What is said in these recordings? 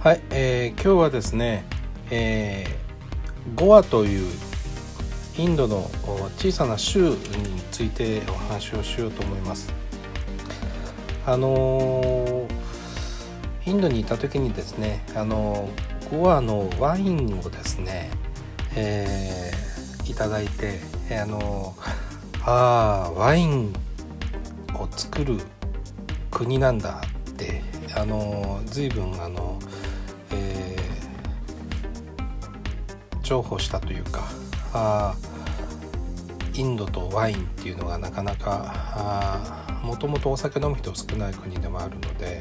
はい、今日はですね、ゴアというインドの小さな州についてお話をしようと思います。インドにいた時にですね、ゴアのワインをですね、いただいて、ワインを作る国なんだって随分重宝したというか、インドとワインっていうのがなかなかもともとお酒飲む人少ない国でもあるので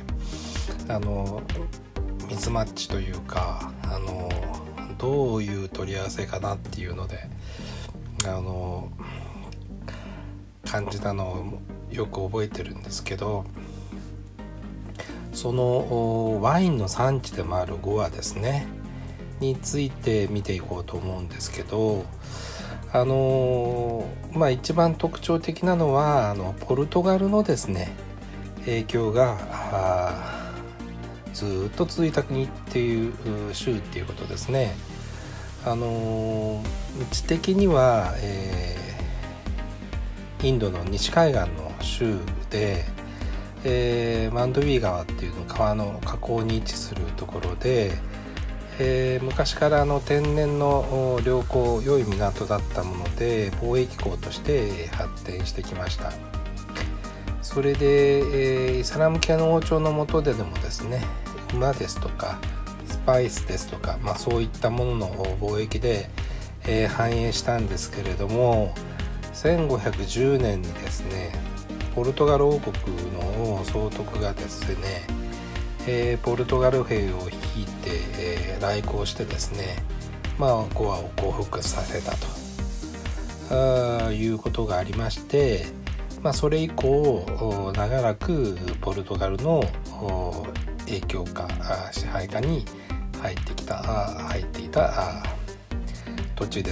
ミスマッチというかどういう取り合わせかなっていうので感じたのをよく覚えてるんですけど、そのワインの産地でもあるゴアですねについて見ていこうと思うんですけど、一番特徴的なのはポルトガルのですね影響がずっと続いた国っていう州っていうことですね。位置的には、インドの西海岸の州で、マンドウィー川っていう川の河口に位置するところで、昔から天然の良好良い港だったもので貿易港として発展してきました。それで、イスラム系の王朝の下でもですね馬ですとかスパイスですとか、そういったものの貿易で、繁栄したんですけれども、1510年にですねポルトガル王国の総督がですねポルトガル兵を率いて、来航してですね、ゴアを降伏させたということがありまして、それ以降長らくポルトガルの影響下支配下に入っていた土地です。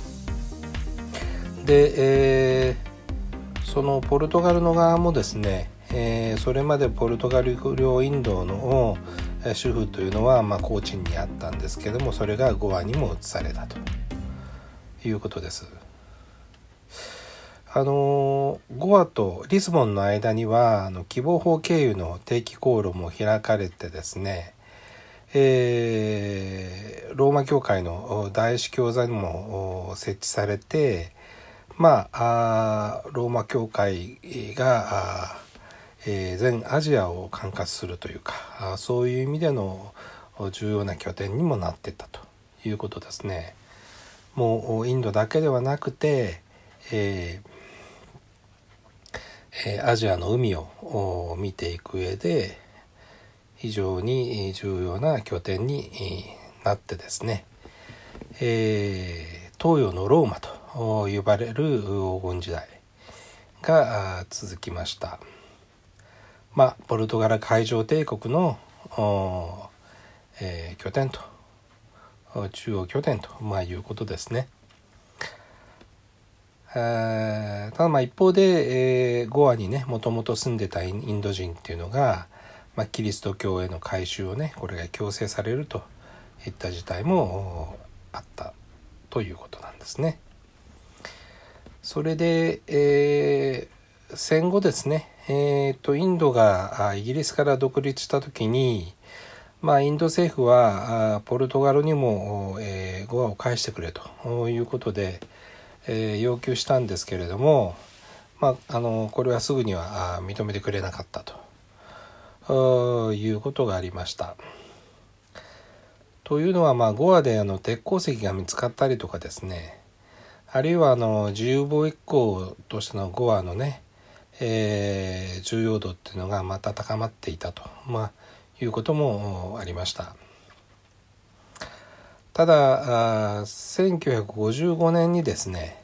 で、そのポルトガルの側もですねそれまでポルトガル領インドの主婦というのは高地にあったんですけども、それがゴアにも移されたということです。ゴアとリスボンの間には喜望峰経由の定期航路も開かれてですね、ローマ教会の大司教座にも設置されて、ローマ教会が全アジアを管轄するというか、そういう意味での重要な拠点にもなっていったということですね。もうインドだけではなくて、アジアの海を見ていく上で非常に重要な拠点になってですね、東洋のローマと呼ばれる黄金時代が続きました。ポルトガル海上帝国の、拠点と中央拠点と、いうことですね。ただ一方で、ゴアにねもともと住んでたインド人っていうのが、キリスト教への改宗をねこれが強制されるといった事態もあったということなんですね。それで、戦後ですね、インドがイギリスから独立した時に、インド政府はポルトガルにも、ゴアを返してくれということで、要求したんですけれども、これはすぐには認めてくれなかったということがありました。というのは、ゴアで鉄鉱石が見つかったりとかですね、あるいは自由貿易港としてのゴアのね、重要度っていうのがまた高まっていたと、いうこともありました。ただ1955年にですね、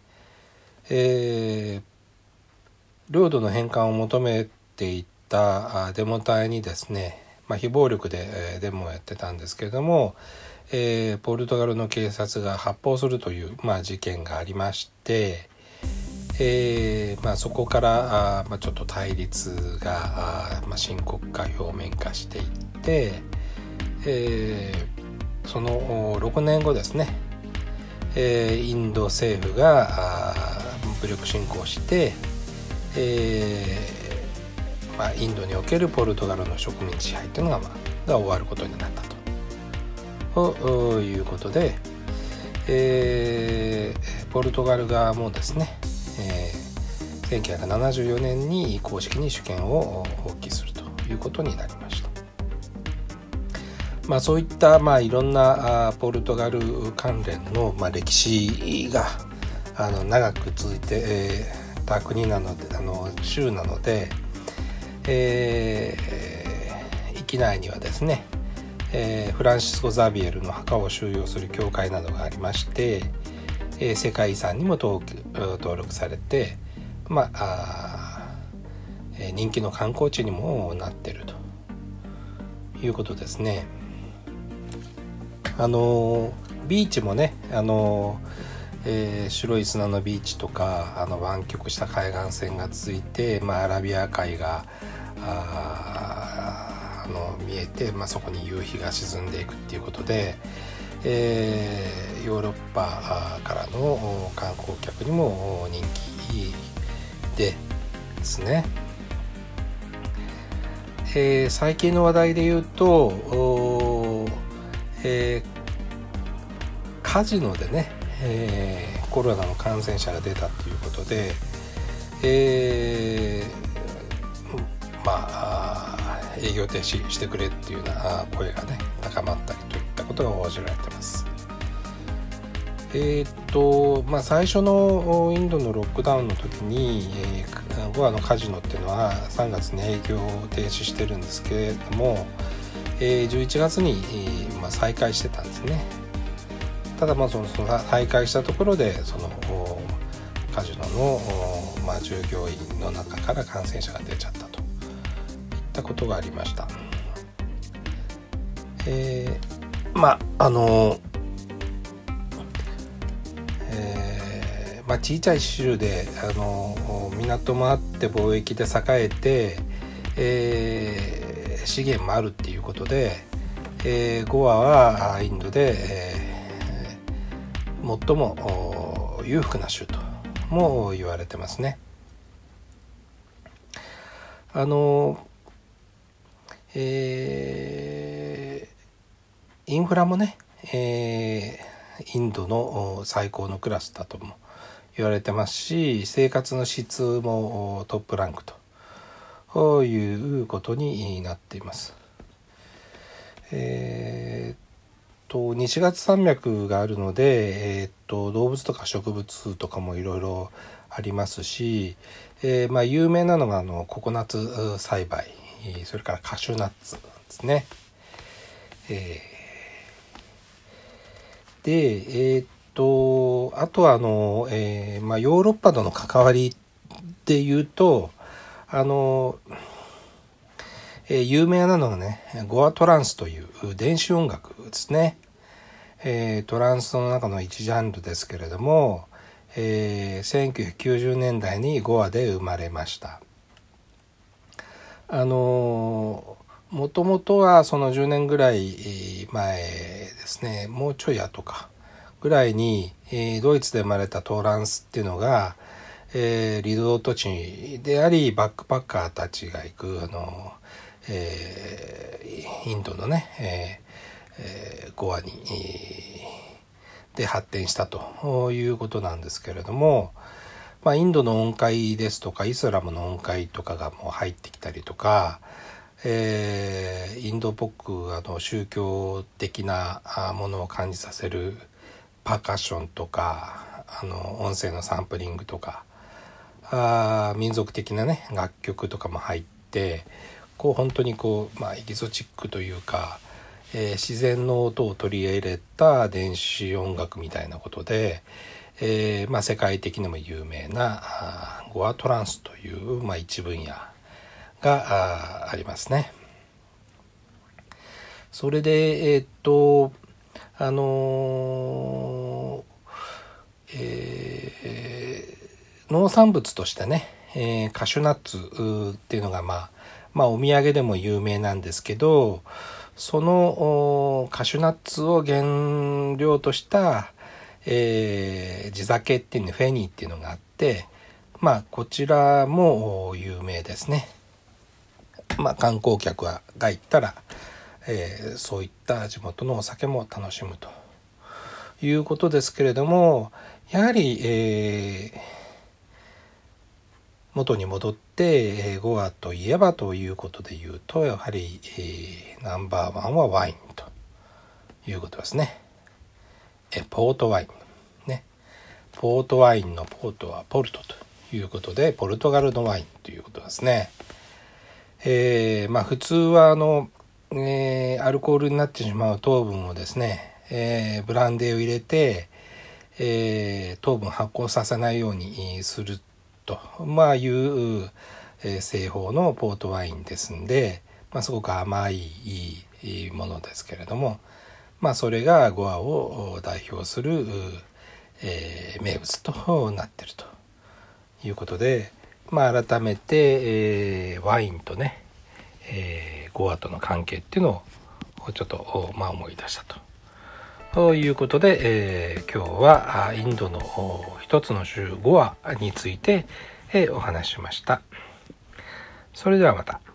領土の返還を求めていたデモ隊にですね、非暴力でデモをやってたんですけれども、ポルトガルの警察が発砲するという、事件がありまして、そこからちょっと対立が深刻化表面化していって、 その6年後ですね、インド政府が武力侵攻して、インドにおけるポルトガルの植民地支配というのが終わることになったということで、ポルトガル側もですね、1974年に公式に主権を放棄するということになりました。そういったいろんなポルトガル関連の歴史が長く続いてた国なので州なので、域内にはですね、フランシスコ・ザビエルの墓を収容する教会などがありまして、世界遺産にも登録されて、人気の観光地にもなっているということですね。ビーチもね、白い砂のビーチとか湾曲した海岸線が続いて、アラビア海が見えて、そこに夕日が沈んでいくっていうことで、ヨーロッパからの観光客にも人気ですね。最近の話題で言うと、カジノでね、コロナの感染者が出たということで、営業停止してくれっていうような声がね高まったりといったことが報じられています。最初のインドのロックダウンの時に、ゴアのカジノっていうのは3月に営業を停止してるんですけれども、11月に、再開してたんですね。ただその再開したところでそのカジノの、従業員の中から感染者が出ちゃったといったことがありました。小さい州で港もあって貿易で栄えて、資源もあるっていうことで、ゴアはインドで、最も裕福な州とも言われてますね。インフラもね、インドの最高のクラスだとも言われてますし、生活の質もトップランクということになっています。西月山脈があるので、動物とか植物とかもいろいろありますし、有名なのがココナッツ栽培、それからカシューナッツですね。で、あとはヨーロッパとの関わりでいうと、有名なのがね、ゴアトランスという電子音楽ですね。トランスの中の一ジャンルですけれども、1990年代にゴアで生まれました。もともとはその10年ぐらい前ですね、もうちょい後かぐらいに、ドイツで生まれたトランスっていうのが、リゾート地でありバックパッカーたちが行くインドのね、ゴアに、で発展したということなんですけれども、インドの音階ですとかイスラムの音階とかがもう入ってきたりとか、インドっぽく宗教的なものを感じさせるパーカッションとか音声のサンプリングとか民族的なね楽曲とかも入って、本当にエキゾチックというか、自然の音を取り入れた電子音楽みたいなことで、世界的にも有名なゴアトランスという、一分野がありますね。それで農産物としてね、カシューナッツっていうのがお土産でも有名なんですけど、 そのカシュナッツを原料とした地酒っていうの、フェニーっていうのがあって、こちらも有名ですね。観光客が行ったら、そういった地元のお酒も楽しむということですけれども、やはり、元に戻って、ゴアといえばということで言うと、やはり、ナンバーワンはワインということですね。ポートワインね。ポートワインのポートはポルトということで、ポルトガルのワインということですね。普通はアルコールになってしまう糖分をですね、ブランデーを入れて、糖分発酵させないようにするという、製法のポートワインですんで、すごく甘いいいものですけれども、それがゴアを代表する、名物となっているということで、改めて、ワインとね、ゴアとの関係っていうのをちょっと、思い出したということで、今日はインドの一つの州ゴアについて、お話ししました。それではまた。